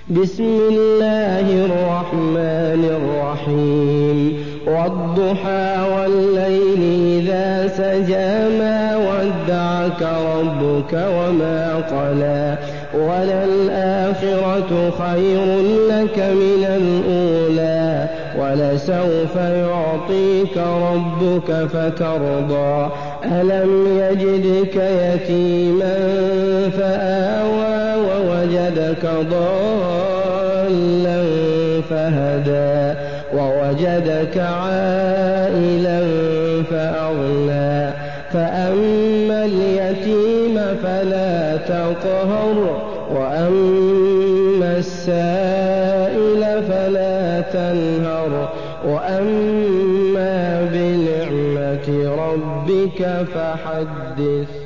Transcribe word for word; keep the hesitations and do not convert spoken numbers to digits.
بسم الله الرحمن الرحيم والضحى والليل إذا سجى ما ودعك ربك وما قلى وللآخرة خير لك من الأولى ولسوف يعطيك ربك فترضى ألم يجدك يتيما فآوى ووجدك ضالا فهدى ووجدك عائلا فأغنى فأما اليتيم فلا تقهر وأما السائل فلا تنهر وأما بنعمة ربك فحدث.